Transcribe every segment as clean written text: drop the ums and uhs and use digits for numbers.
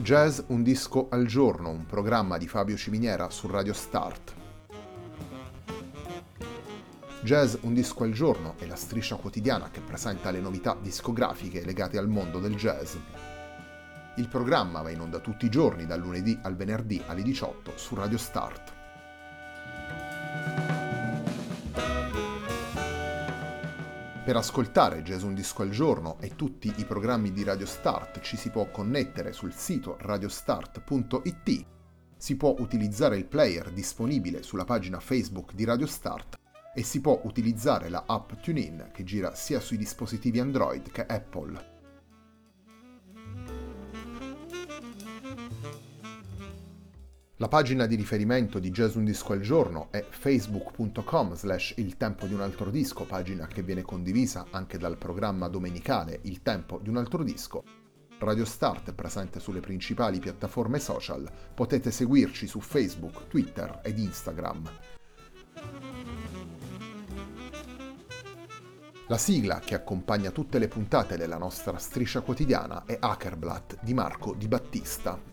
Jazz un disco al giorno, un programma di Fabio Ciminiera su Radio Start. Jazz un disco al giorno è la striscia quotidiana che presenta le novità discografiche legate al mondo del jazz. Il programma va in onda tutti i giorni dal lunedì al venerdì alle 18 su Radio Start. Per ascoltare Jazz un disco al giorno e tutti i programmi di Radio Start ci si può connettere sul sito radiostart.it, si può utilizzare il player disponibile sulla pagina Facebook di Radio Start e si può utilizzare la app TuneIn che gira sia sui dispositivi Android che Apple. La pagina di riferimento di Jazz un disco al giorno è facebook.com/il tempo di un altro disco, pagina che viene condivisa anche dal programma domenicale Il tempo di un altro disco. Radio Start è presente sulle principali piattaforme social, potete seguirci su Facebook, Twitter ed Instagram. La sigla che accompagna tutte le puntate della nostra striscia quotidiana è Hackerblatt di Marco Di Battista.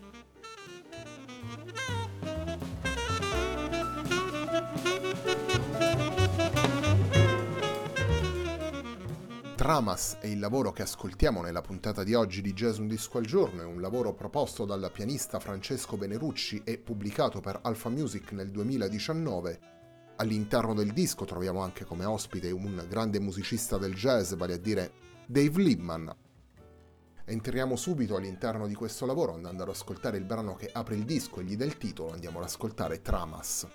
Tramas è il lavoro che ascoltiamo nella puntata di oggi di Jazz un disco al giorno, è un lavoro proposto dal pianista Francesco Benerucci e pubblicato per Alpha Music nel 2019. All'interno del disco troviamo anche come ospite un grande musicista del jazz, vale a dire Dave Liebman. Entriamo subito all'interno di questo lavoro andando ad ascoltare il brano che apre il disco e gli dà il titolo, andiamo ad ascoltare Tramas.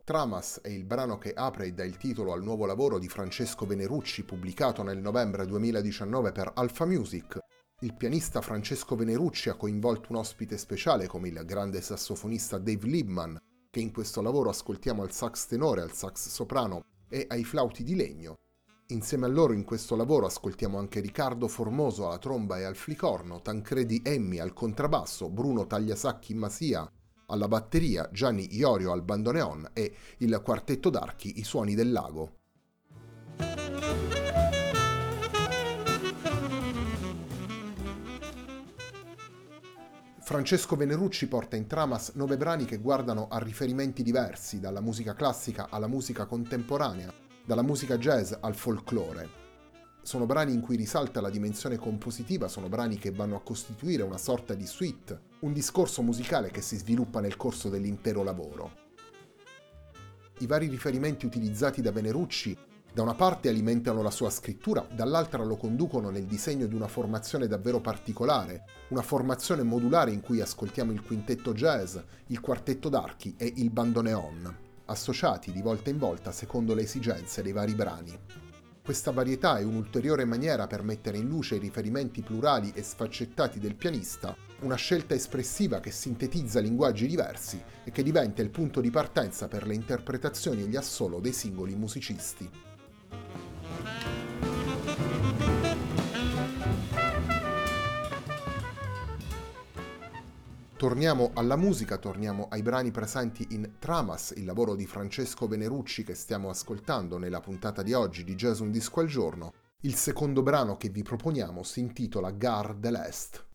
Tramas è il brano che apre e dà il titolo al nuovo lavoro di Francesco Venerucci pubblicato nel novembre 2019 per Alpha Music. Il pianista Francesco Venerucci ha coinvolto un ospite speciale come il grande sassofonista Dave Liebman, che in questo lavoro ascoltiamo al sax tenore, al sax soprano e ai flauti di legno. Insieme a loro in questo lavoro ascoltiamo anche Riccardo Formoso alla tromba e al flicorno, Tancredi Emmi al contrabbasso, Bruno Tagliasacchi Masia alla batteria, Gianni Iorio al bandoneon e il quartetto d'archi I Suoni del Lago. Francesco Venerucci porta in Tramas 9 brani che guardano a riferimenti diversi, dalla musica classica alla musica contemporanea, dalla musica jazz al folklore. Sono brani in cui risalta la dimensione compositiva, sono brani che vanno a costituire una sorta di suite, un discorso musicale che si sviluppa nel corso dell'intero lavoro. I vari riferimenti utilizzati da Venerucci da una parte alimentano la sua scrittura, dall'altra lo conducono nel disegno di una formazione davvero particolare, una formazione modulare in cui ascoltiamo il quintetto jazz, il quartetto d'archi e il bandoneon, associati di volta in volta secondo le esigenze dei vari brani. Questa varietà è un'ulteriore maniera per mettere in luce i riferimenti plurali e sfaccettati del pianista, una scelta espressiva che sintetizza linguaggi diversi e che diventa il punto di partenza per le interpretazioni e gli assolo dei singoli musicisti. Torniamo alla musica, torniamo ai brani presenti in Tramas, il lavoro di Francesco Venerucci che stiamo ascoltando nella puntata di oggi di Jazz Un Disco al Giorno. Il secondo brano che vi proponiamo si intitola Gare de l'Est.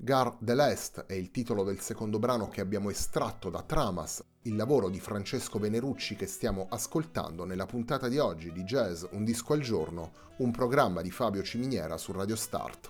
Gare de l'Est è il titolo del secondo brano che abbiamo estratto da Tramas, il lavoro di Francesco Venerucci che stiamo ascoltando nella puntata di oggi di Jazz Un Disco al Giorno, un programma di Fabio Ciminiera su Radio Start.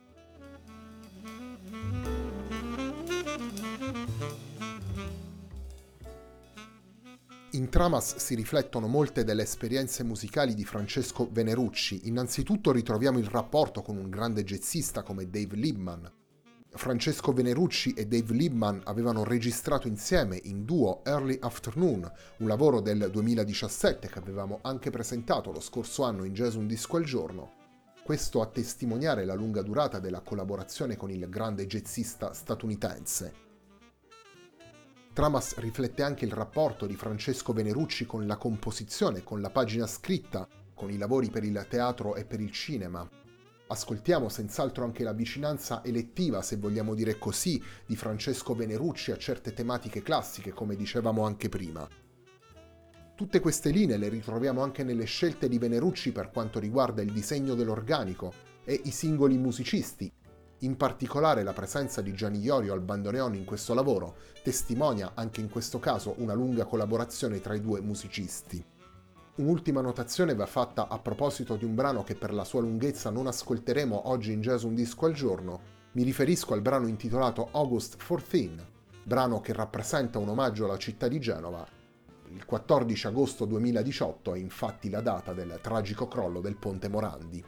In Tramas si riflettono molte delle esperienze musicali di Francesco Venerucci. Innanzitutto ritroviamo il rapporto con un grande jazzista come Dave Liebman. Francesco Venerucci e Dave Liebman avevano registrato insieme in duo Early Afternoon, un lavoro del 2017 che avevamo anche presentato lo scorso anno in Jazz Un Disco al Giorno. Questo a testimoniare la lunga durata della collaborazione con il grande jazzista statunitense. Tramas riflette anche il rapporto di Francesco Venerucci con la composizione, con la pagina scritta, con i lavori per il teatro e per il cinema. Ascoltiamo senz'altro anche la vicinanza elettiva, se vogliamo dire così, di Francesco Venerucci a certe tematiche classiche, come dicevamo anche prima. Tutte queste linee le ritroviamo anche nelle scelte di Venerucci per quanto riguarda il disegno dell'organico e i singoli musicisti. In particolare la presenza di Gianni Iorio al bandoneon in questo lavoro testimonia anche in questo caso una lunga collaborazione tra i due musicisti. Un'ultima notazione va fatta a proposito di un brano che per la sua lunghezza non ascolteremo oggi in Jazz Un Disco al Giorno. Mi riferisco al brano intitolato August 14, brano che rappresenta un omaggio alla città di Genova. Il 14 agosto 2018 è infatti la data del tragico crollo del Ponte Morandi.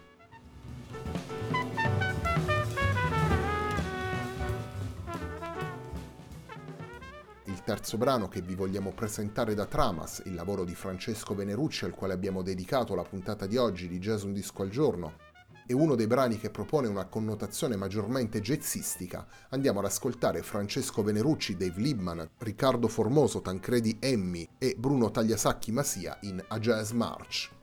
Il terzo brano che vi vogliamo presentare da Tramas, il lavoro di Francesco Venerucci al quale abbiamo dedicato la puntata di oggi di Jazz Un Disco al Giorno, è uno dei brani che propone una connotazione maggiormente jazzistica. Andiamo ad ascoltare Francesco Venerucci, Dave Liebman, Riccardo Formoso, Tancredi Emmi e Bruno Tagliasacchi Masia in A Jazz March.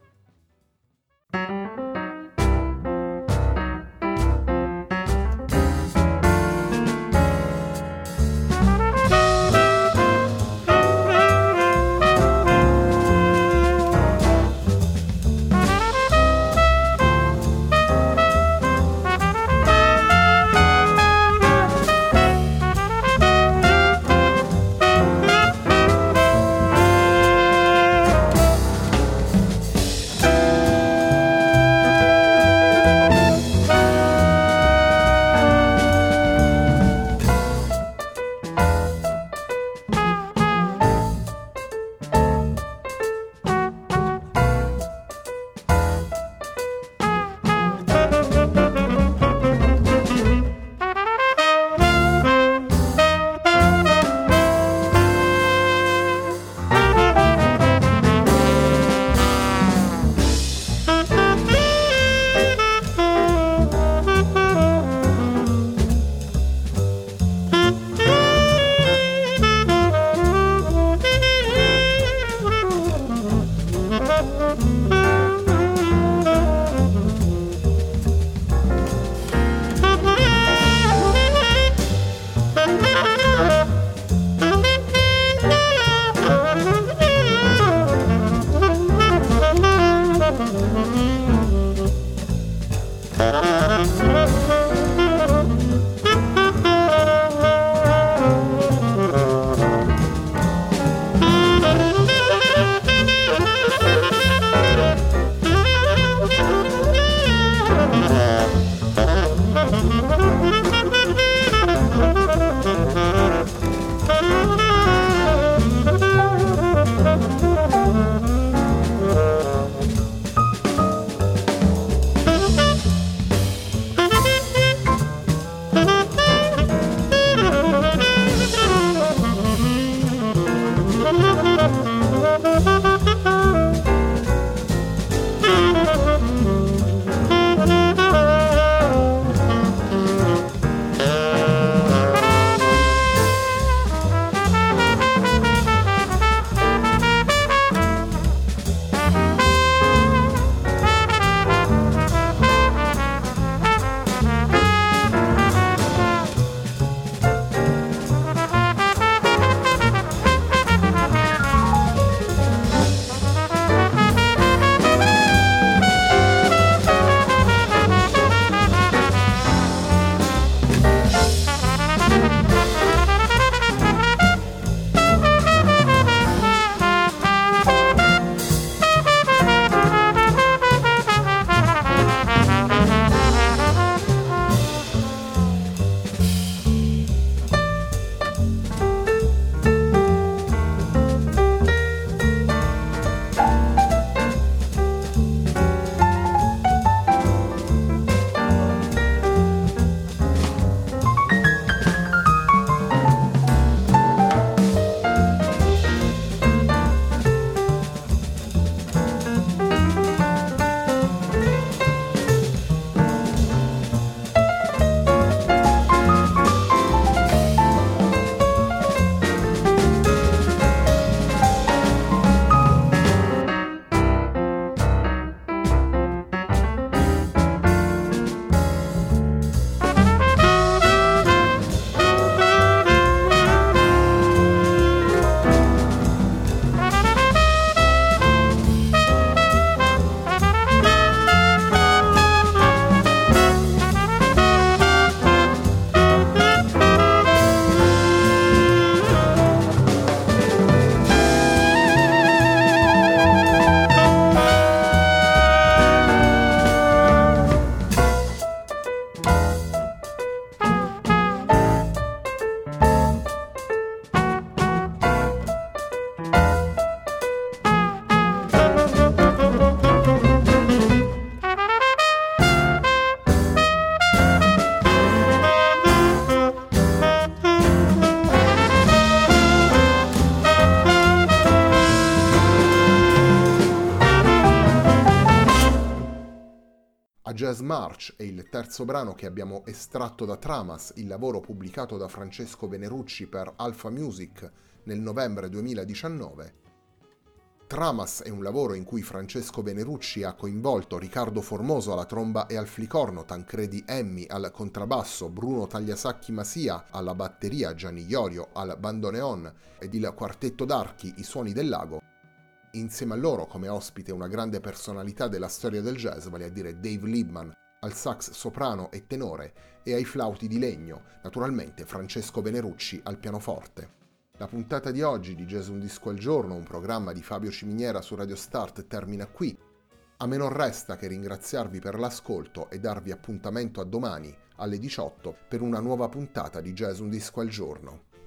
Jazz March è il terzo brano che abbiamo estratto da Tramas, il lavoro pubblicato da Francesco Venerucci per Alpha Music nel novembre 2019. Tramas è un lavoro in cui Francesco Venerucci ha coinvolto Riccardo Formoso alla tromba e al flicorno, Tancredi Emmi al contrabbasso, Bruno Tagliasacchi Masia alla batteria, Gianni Iorio al bandoneon ed il quartetto d'archi I Suoni del Lago. Insieme a loro come ospite una grande personalità della storia del jazz, vale a dire Dave Liebman, al sax soprano e tenore e ai flauti di legno, naturalmente Francesco Venerucci al pianoforte. La puntata di oggi di Jazz Un Disco al Giorno, un programma di Fabio Ciminiera su Radio Start, termina qui. A me non resta che ringraziarvi per l'ascolto e darvi appuntamento a domani alle 18 per una nuova puntata di Jazz Un Disco al Giorno.